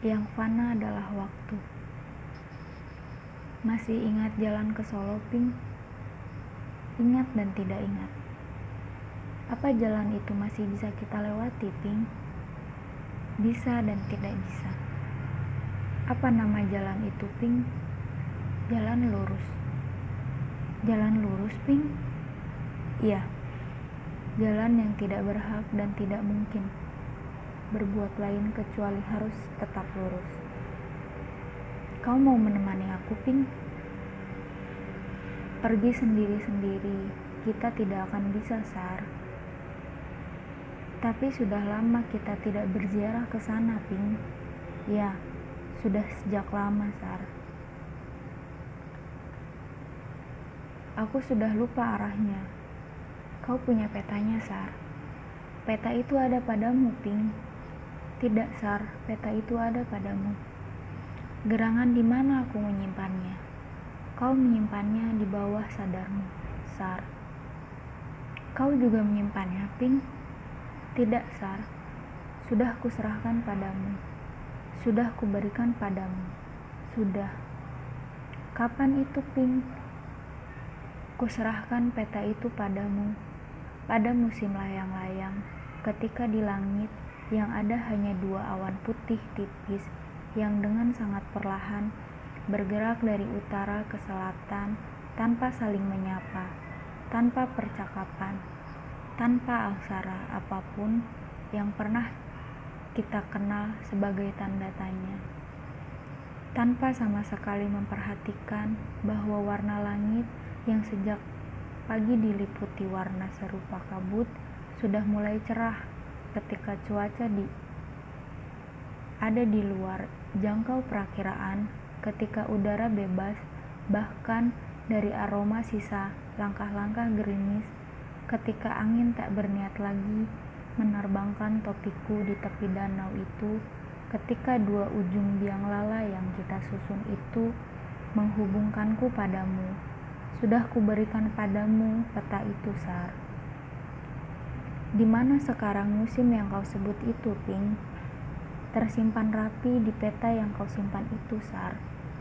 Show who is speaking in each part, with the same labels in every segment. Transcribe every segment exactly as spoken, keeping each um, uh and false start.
Speaker 1: Yang fana adalah waktu. Masih ingat jalan ke Solo, Pink? Ingat dan tidak ingat. Apa jalan itu masih bisa kita lewati, Pink? Bisa dan tidak bisa. Apa nama jalan itu, Pink? Jalan lurus. Jalan lurus, Pink? Iya. Jalan yang tidak berhak dan tidak mungkin berbuat lain kecuali harus tetap lurus. Kau mau menemani aku, Pink? Pergi sendiri-sendiri, kita tidak akan bisa, Sar. Tapi sudah lama kita tidak berziarah ke sana, Pink. Ya, sudah sejak lama, Sar. Aku sudah lupa arahnya. Kau punya petanya, Sar. Peta itu ada padamu, Pink. Tidak, Sar, peta itu ada padamu. Gerangan di mana aku menyimpannya? Kau menyimpannya di bawah sadarmu, Sar. Kau juga menyimpannya, Pink? Tidak, Sar. Sudah kuserahkan padamu. Sudah kuberikan padamu. Sudah. Kapan itu, Pink? Kuserahkan peta itu padamu. Pada musim layang-layang, ketika di langit yang ada hanya dua awan putih tipis yang dengan sangat perlahan bergerak dari utara ke selatan tanpa saling menyapa, tanpa percakapan, tanpa aksara apapun yang pernah kita kenal sebagai tanda tanya, tanpa sama sekali memperhatikan bahwa warna langit yang sejak pagi diliputi warna serupa kabut sudah mulai cerah ketika cuaca di ada di luar jangkau perakiraan, ketika udara bebas bahkan dari aroma sisa langkah-langkah gerimis, ketika angin tak berniat lagi menerbangkan topiku di tepi danau itu, ketika dua ujung biang lala yang kita susun itu menghubungkanku padamu. Sudah kuberikan padamu peta itu, Sar. Di mana sekarang musim yang kau sebut itu, Pink? Tersimpan rapi di peta yang kau simpan itu, Sar.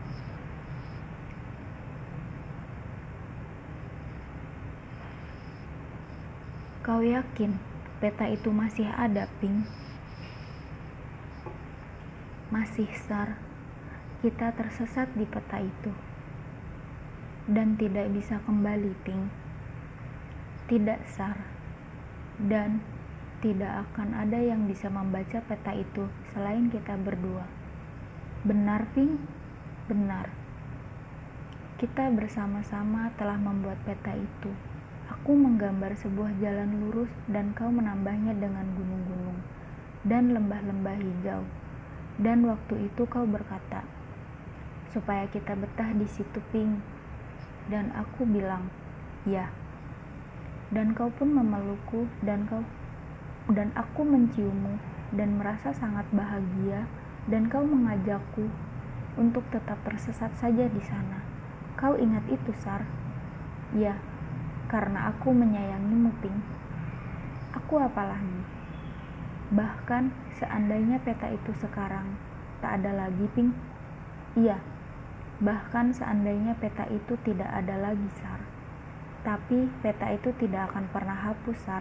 Speaker 1: Kau yakin peta itu masih ada, Pink? Masih, Sar. Kita tersesat di peta itu dan tidak bisa kembali, Pink. Tidak, Sar. Dan tidak akan ada yang bisa membaca peta itu selain kita berdua. Benar, Pink? Benar. Kita bersama-sama telah membuat peta itu. Aku menggambar sebuah jalan lurus dan kau menambahnya dengan gunung-gunung dan lembah-lembah hijau. Dan waktu itu kau berkata, supaya kita betah di situ, Pink. Dan aku bilang, ya. Dan kau pun memelukku dan kau dan aku menciummu dan merasa sangat bahagia, dan kau mengajakku untuk tetap tersesat saja di sana. Kau ingat itu, Sar? Ya, karena aku menyayangimu, Pink. Aku apa lagi? Bahkan seandainya peta itu sekarang tak ada lagi, Pink. Iya. Bahkan seandainya peta itu tidak ada lagi, Sar. Tapi peta itu tidak akan pernah hapus, Sar.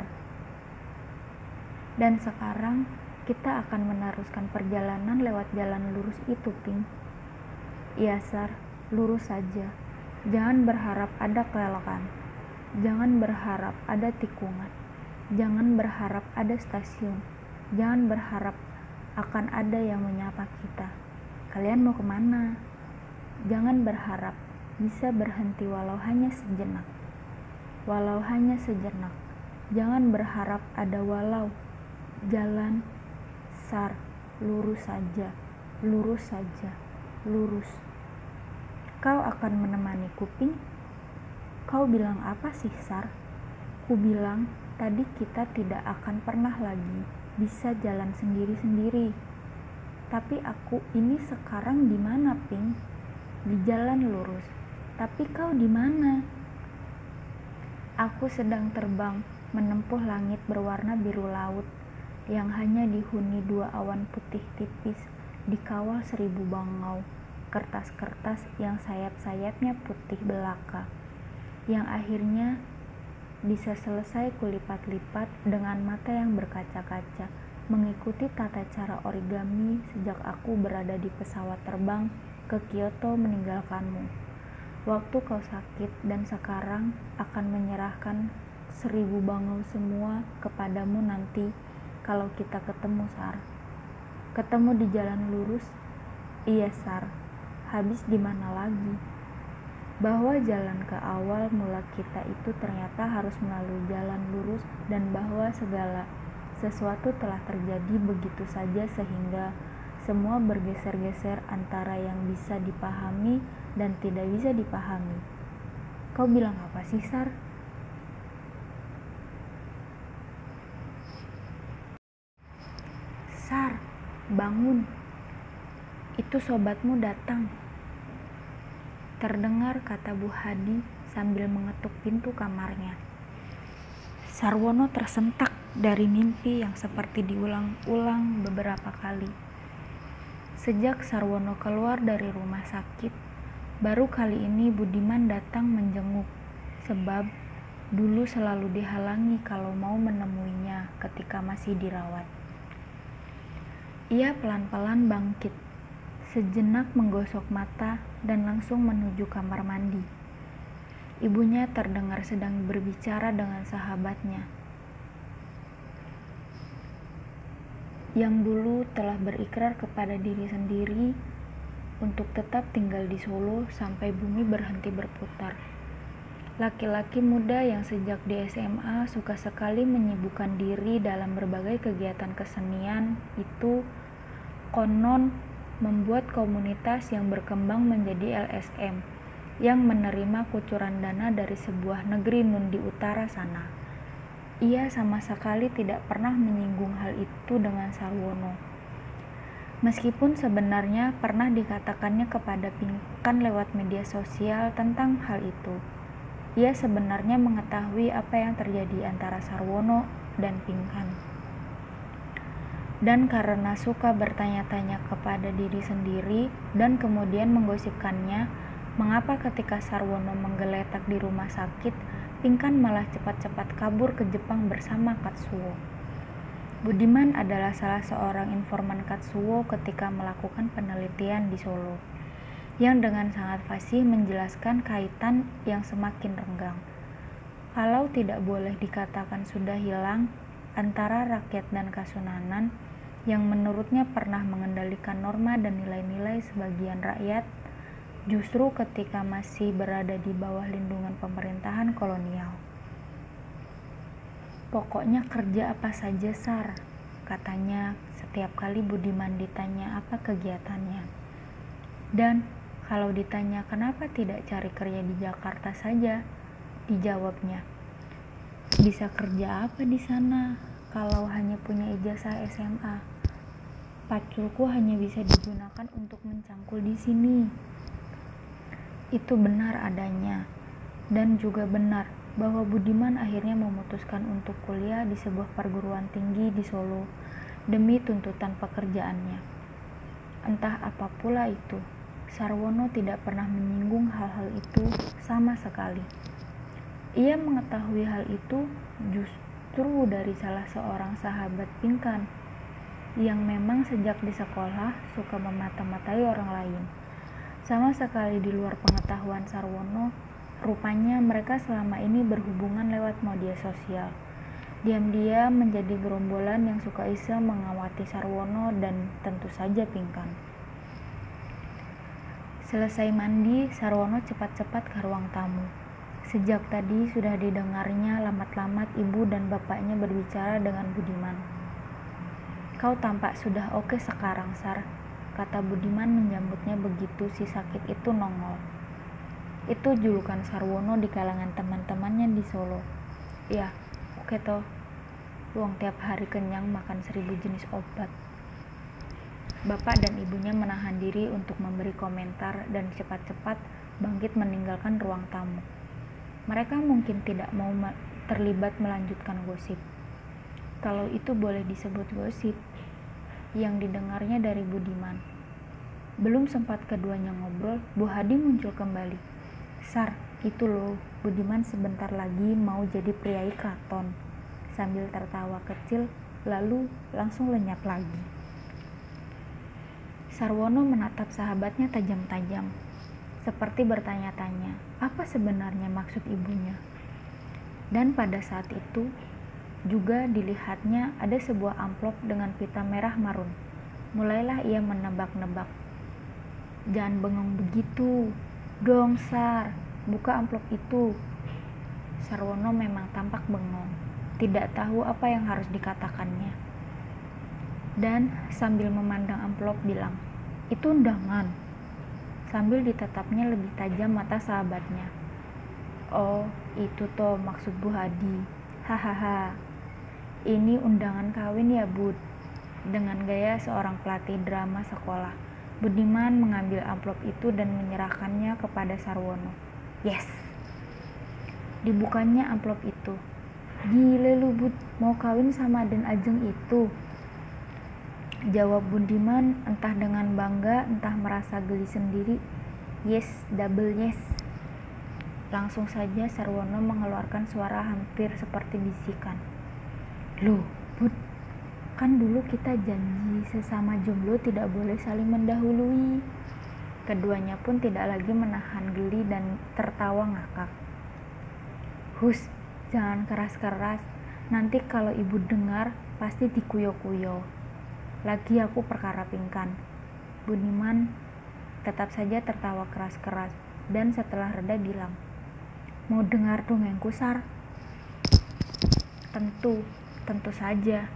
Speaker 1: Dan sekarang kita akan meneruskan perjalanan lewat jalan lurus itu, Pink. Iya, Sar. Lurus saja. Jangan berharap ada kelokan. Jangan berharap ada tikungan. Jangan berharap ada stasiun. Jangan berharap akan ada yang menyapa kita. Kalian mau kemana? Jangan berharap bisa berhenti walau hanya sejenak. Walau hanya sejenak. Jangan berharap ada walau. Jalan, Sar, lurus saja. Lurus saja. Lurus. Kau akan menemaniku, Pink? Kau bilang apa sih, Sar? Ku bilang tadi kita tidak akan pernah lagi bisa jalan sendiri-sendiri. Tapi aku ini sekarang di mana, Pink? Di jalan lurus. Tapi kau di mana? Aku sedang terbang menempuh langit berwarna biru laut yang hanya dihuni dua awan putih tipis dikawal seribu bangau kertas-kertas yang sayap-sayapnya putih belaka, yang akhirnya bisa selesai kulipat-lipat dengan mata yang berkaca-kaca, mengikuti tata cara origami sejak aku berada di pesawat terbang ke Kyoto meninggalkanmu. Waktu kau sakit dan sekarang akan menyerahkan seribu bangau semua kepadamu nanti kalau kita ketemu, Sar. Ketemu di jalan lurus? Iya, Sar. Habis di mana lagi? Bahwa jalan ke awal mula kita itu ternyata harus melalui jalan lurus dan bahwa segala sesuatu telah terjadi begitu saja sehingga semua bergeser-geser antara yang bisa dipahami dan tidak bisa dipahami. Kau bilang apa sih, Sar? Sar, bangun. Itu sobatmu datang. Terdengar kata Bu Hadi sambil mengetuk pintu kamarnya. Sarwono tersentak dari mimpi yang seperti diulang-ulang beberapa kali. Sejak Sarwono keluar dari rumah sakit, baru kali ini Budiman datang menjenguk, sebab dulu selalu dihalangi kalau mau menemuinya ketika masih dirawat. Ia pelan-pelan bangkit, sejenak menggosok mata dan langsung menuju kamar mandi. Ibunya terdengar sedang berbicara dengan sahabatnya, yang dulu telah berikrar kepada diri sendiri untuk tetap tinggal di Solo sampai bumi berhenti berputar. Laki-laki muda yang sejak di S M A suka sekali menyibukkan diri dalam berbagai kegiatan kesenian itu konon membuat komunitas yang berkembang menjadi L S M yang menerima kucuran dana dari sebuah negeri nun di utara sana. Ia sama sekali tidak pernah menyinggung hal itu dengan Sarwono. Meskipun sebenarnya pernah dikatakannya kepada Pinkan lewat media sosial tentang hal itu. Ia sebenarnya mengetahui apa yang terjadi antara Sarwono dan Pinkan. Dan karena suka bertanya-tanya kepada diri sendiri dan kemudian menggosipkannya, mengapa ketika Sarwono menggeletak di rumah sakit, Pinkan malah cepat-cepat kabur ke Jepang bersama Katsuo. Budiman adalah salah seorang informan Katsuo ketika melakukan penelitian di Solo, yang dengan sangat fasih menjelaskan kaitan yang semakin renggang, kalau tidak boleh dikatakan sudah hilang, antara rakyat dan Kasunanan yang menurutnya pernah mengendalikan norma dan nilai-nilai sebagian rakyat, justru ketika masih berada di bawah lindungan pemerintahan kolonial. Pokoknya kerja apa saja, Sar, katanya setiap kali Budiman ditanya apa kegiatannya. Dan kalau ditanya kenapa tidak cari kerja di Jakarta saja, dijawabnya, bisa kerja apa di sana kalau hanya punya ijazah S M A? Paculku hanya bisa digunakan untuk mencangkul di sini. Itu benar adanya, dan juga benar bahwa Budiman akhirnya memutuskan untuk kuliah di sebuah perguruan tinggi di Solo demi tuntutan pekerjaannya. Entah apa pula itu, Sarwono tidak pernah menyinggung hal-hal itu sama sekali. Ia mengetahui hal itu justru dari salah seorang sahabat Pinkan yang memang sejak di sekolah suka memata-matai orang lain. Sama sekali di luar pengetahuan Sarwono, rupanya mereka selama ini berhubungan lewat media sosial. Diam-diam menjadi gerombolan yang suka iseng mengawati Sarwono dan tentu saja Pinkan. Selesai mandi, Sarwono cepat-cepat ke ruang tamu. Sejak tadi sudah didengarnya lamat-lamat ibu dan bapaknya berbicara dengan Budiman. Kau tampak sudah oke sekarang, Sar, kata Budiman menyambutnya begitu si sakit itu nongol. Itu julukan Sarwono di kalangan teman-temannya di Solo. Ya, oke toh. Wong tiap hari kenyang makan seribu jenis obat. Bapak dan ibunya menahan diri untuk memberi komentar dan cepat-cepat bangkit meninggalkan ruang tamu. Mereka mungkin tidak mau terlibat melanjutkan gosip. Kalau itu boleh disebut gosip. yang didengarnya dari Budiman. Belum sempat keduanya ngobrol, Bu Hadi muncul kembali. "Sar, itu loh, Budiman sebentar lagi mau jadi priai keraton," sambil tertawa kecil, lalu langsung lenyap lagi. Sarwono menatap sahabatnya tajam-tajam, seperti bertanya-tanya, apa sebenarnya maksud ibunya. Dan pada saat itu, juga dilihatnya ada sebuah amplop dengan pita merah marun. Mulailah ia menebak-nebak. "Jangan bengong begitu dong, Sar. Buka amplop itu." Sarwono memang tampak bengong, tidak tahu apa yang harus dikatakannya. Dan sambil memandang amplop bilang, "Itu undangan." Sambil ditatapnya lebih tajam mata sahabatnya. "Oh, itu toh maksud Bu Hadi. Hahaha. Ini undangan kawin ya, Bud." Dengan gaya seorang pelatih drama sekolah, Budiman mengambil amplop itu dan menyerahkannya kepada Sarwono. "Yes." Dibukanya amplop itu. "Gile lu, Bud, mau kawin sama Den Ajeng itu?" jawab Budiman, entah dengan bangga, entah merasa geli sendiri. "Yes, double yes." Langsung saja Sarwono mengeluarkan suara hampir seperti bisikan. "Loh, Bud, kan dulu kita janji sesama jomblo tidak boleh saling mendahului." Keduanya pun tidak lagi menahan geli dan tertawa ngakak. "Hus, jangan keras-keras. Nanti kalau ibu dengar, pasti dikuyo-kuyo. Lagi aku perkara pingkan." Budiman tetap saja tertawa keras-keras dan setelah reda bilang, "Mau dengar dongengku, Sar?" Tentu, tentu saja.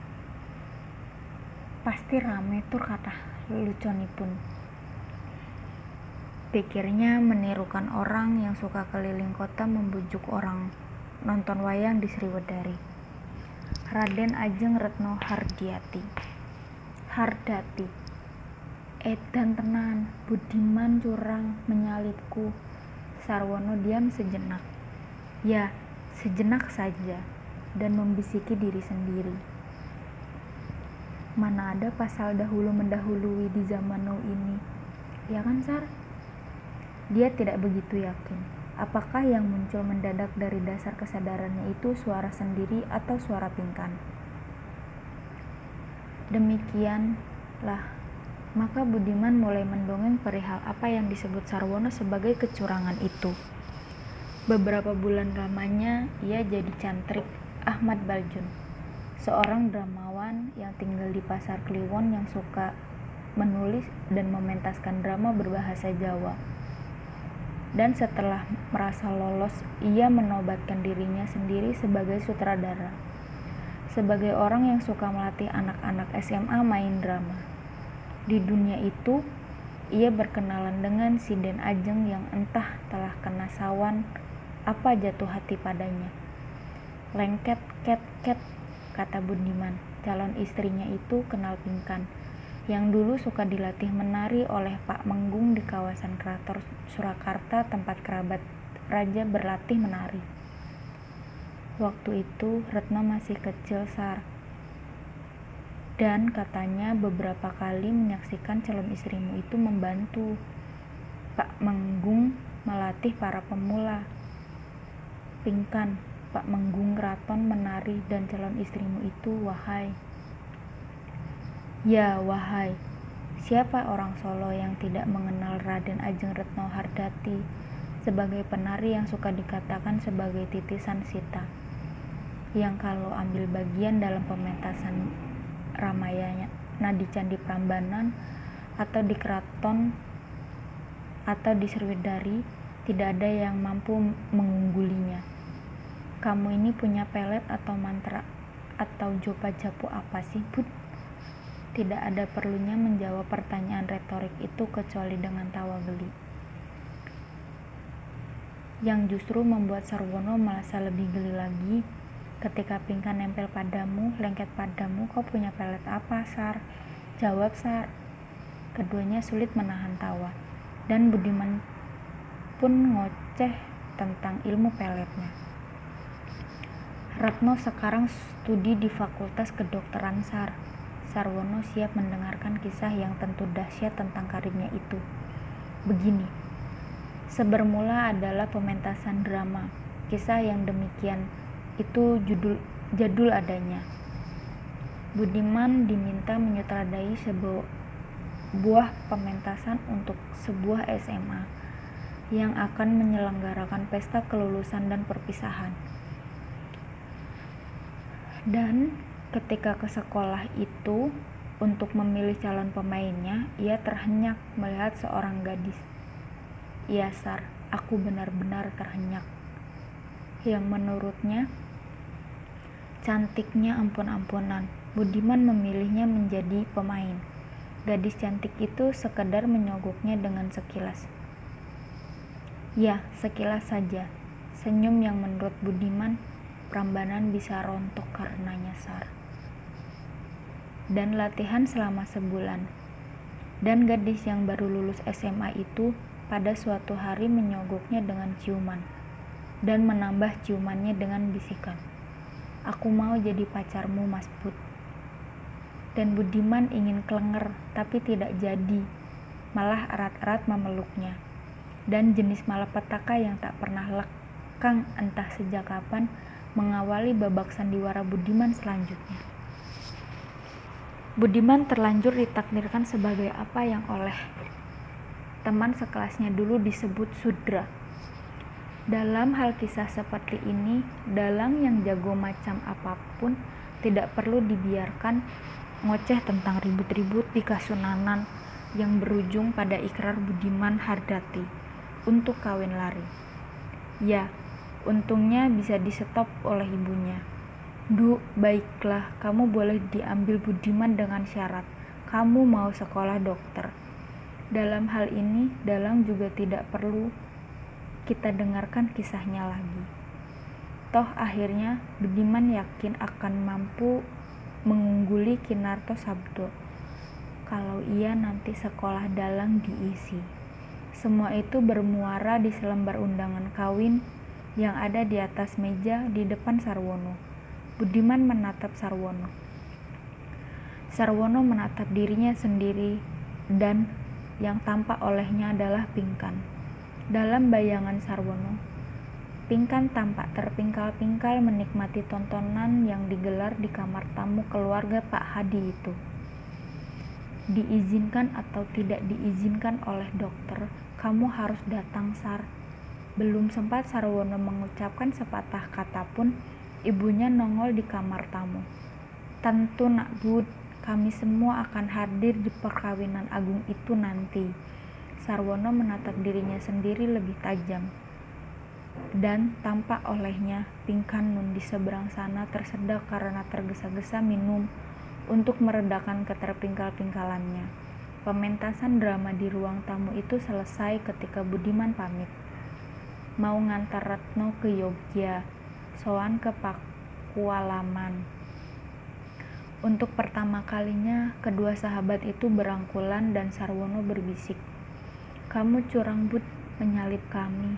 Speaker 1: "Pasti rame tur," kata luconipun. Pikirnya menirukan orang yang suka keliling kota membujuk orang nonton wayang di Sriwedari. Raden Ajeng Retno Hardiati. Hardati. "Edan tenan, Budiman curang menyalipku." Sarwono diam sejenak. Ya, sejenak saja, dan membisiki diri sendiri. Mana ada pasal dahulu mendahului di zaman now ini, ya kan, Sar? Dia tidak begitu yakin. Apakah yang muncul mendadak dari dasar kesadarannya itu suara sendiri atau suara pingkan? Demikianlah, maka Budiman mulai mendongeng perihal apa yang disebut Sarwono sebagai kecurangan itu. Beberapa bulan lamanya ia jadi cantrik Ahmad Baljun, seorang dramawan yang tinggal di Pasar Kliwon yang suka menulis dan mementaskan drama berbahasa Jawa. Dan setelah merasa lolos, ia menobatkan dirinya sendiri sebagai sutradara, sebagai orang yang suka melatih anak-anak S M A main drama. Di dunia itu, ia berkenalan dengan si Den Ajeng yang entah telah kena sawan apa jatuh hati padanya. "Lengket, ket, ket," kata Budiman. Calon istrinya itu kenal pingkan, yang dulu suka dilatih menari oleh Pak Menggung di kawasan Keraton Surakarta, tempat kerabat raja berlatih menari. Waktu itu Retno masih kecil, Sar. Dan katanya beberapa kali menyaksikan calon istrimu itu membantu Pak Menggung melatih para pemula. Pingkan, Pak Menggung Keraton menari dan calon istrimu itu, wahai. Ya, wahai. Siapa orang Solo yang tidak mengenal Raden Ajeng Retno Hardati sebagai penari yang suka dikatakan sebagai titisan Sita, yang kalau ambil bagian dalam pementasan Ramayana di Candi Prambanan atau di Keraton atau di Sriwedari, tidak ada yang mampu mengunggulinya. Kamu ini punya pelet atau mantra atau jopa japu apa sih, Bud? Tidak ada perlunya menjawab pertanyaan retorik itu kecuali dengan tawa geli, yang justru membuat Sarwono merasa lebih geli lagi. "Ketika pingkan nempel padamu, lengket padamu, kau punya pelet apa, Sar? Jawab, Sar." Keduanya sulit menahan tawa, dan Budiman pun ngoceh tentang ilmu peletnya. "Retno sekarang studi di Fakultas Kedokteran, Sar. Sarwono siap mendengarkan kisah yang tentu dahsyat tentang karirnya itu. Begini, sebermula adalah pementasan drama. Kisah yang demikian itu judul jadul adanya. Budiman diminta menyutradai sebuah pementasan untuk sebuah S M A yang akan menyelenggarakan pesta kelulusan dan perpisahan. Dan ketika ke sekolah itu untuk memilih calon pemainnya, ia terhenyak melihat seorang gadis. Iya, Sar, aku benar-benar terhenyak. Yang menurutnya cantiknya ampun-ampunan. Budiman memilihnya menjadi pemain. Gadis cantik itu sekedar menyogoknya dengan sekilas. Ya, sekilas saja. Senyum yang menurut Budiman Prambanan bisa rontok karenanya, Sar. Dan latihan selama sebulan. Dan gadis yang baru lulus S M A itu pada suatu hari menyogoknya dengan ciuman. Dan menambah ciumannya dengan bisikan. Aku mau jadi pacarmu, Mas Bud. Dan Budiman ingin klenger, tapi tidak jadi. Malah erat-erat memeluknya. Dan jenis malapetaka yang tak pernah lekang entah sejak kapan mengawali babak sandiwara Budiman selanjutnya. Budiman terlanjur ditakdirkan sebagai apa yang oleh teman sekelasnya dulu disebut sudra. Dalam hal kisah seperti ini, dalang yang jago macam apapun tidak perlu dibiarkan ngoceh tentang ribut-ribut di kasunanan yang berujung pada ikrar Budiman Hardati untuk kawin lari. Ya, untungnya bisa di-stop oleh ibunya. Du, baiklah, kamu boleh diambil Budiman dengan syarat kamu mau sekolah dokter. Dalam hal ini, dalang juga tidak perlu kita dengarkan kisahnya lagi. Toh akhirnya Budiman yakin akan mampu mengungguli Kinarto Sabdo kalau ia nanti sekolah dalang diisi. Semua itu bermuara di selembar undangan kawin yang ada di atas meja di depan Sarwono. Budiman menatap Sarwono. Sarwono menatap dirinya sendiri dan yang tampak olehnya adalah Pinkan. Dalam bayangan Sarwono, Pinkan tampak terpingkal-pingkal menikmati tontonan yang digelar di kamar tamu keluarga Pak Hadi itu. Diizinkan atau tidak diizinkan oleh dokter, kamu harus datang, Sar. Belum sempat Sarwono mengucapkan sepatah kata pun, ibunya nongol di kamar tamu. Tentu, Nak Bud, kami semua akan hadir di perkawinan agung itu nanti. Sarwono menatap dirinya sendiri lebih tajam. Dan tampak olehnya Pinkan Nun di seberang sana tersedak karena tergesa-gesa minum untuk meredakan keterpingkal-pingkalannya. Pementasan drama di ruang tamu itu selesai ketika Budiman pamit. Mau ngantar Retno ke Yogya, sowan ke Pakualaman. Untuk pertama kalinya, kedua sahabat itu berangkulan dan Sarwono berbisik, "Kamu curang, Bud, menyalip kami."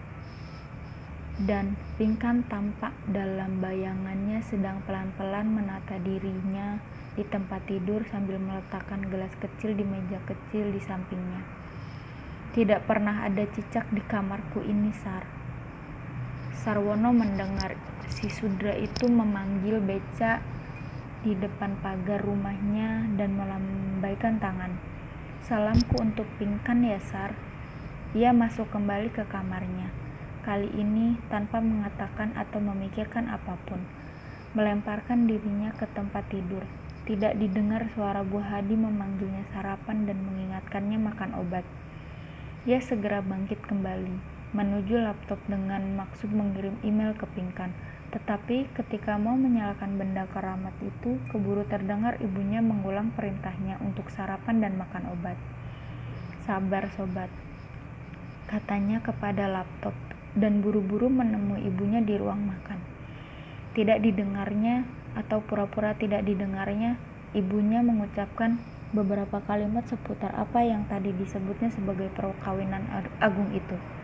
Speaker 1: Dan Pinkan tampak dalam bayangannya sedang pelan-pelan menata dirinya di tempat tidur sambil meletakkan gelas kecil di meja kecil di sampingnya. "Tidak pernah ada cicak di kamarku ini, Sar." Sarwono mendengar si Sudra itu memanggil beca di depan pagar rumahnya dan melambaikan tangan. "Salamku untuk Pinkan ya, Sar." Ia masuk kembali ke kamarnya. Kali ini tanpa mengatakan atau memikirkan apapun, melemparkan dirinya ke tempat tidur. Tidak didengar suara Bu Hadi memanggilnya sarapan dan mengingatkannya makan obat. Ia segera bangkit kembali, menuju laptop dengan maksud mengirim email ke Pinkan. Tetapi ketika mau menyalakan benda keramat itu, keburu terdengar ibunya mengulang perintahnya untuk sarapan dan makan obat. "Sabar, sobat," katanya kepada laptop, dan buru-buru menemui ibunya di ruang makan. Tidak didengarnya atau pura-pura tidak didengarnya, ibunya mengucapkan beberapa kalimat seputar apa yang tadi disebutnya sebagai perkawinan agung itu.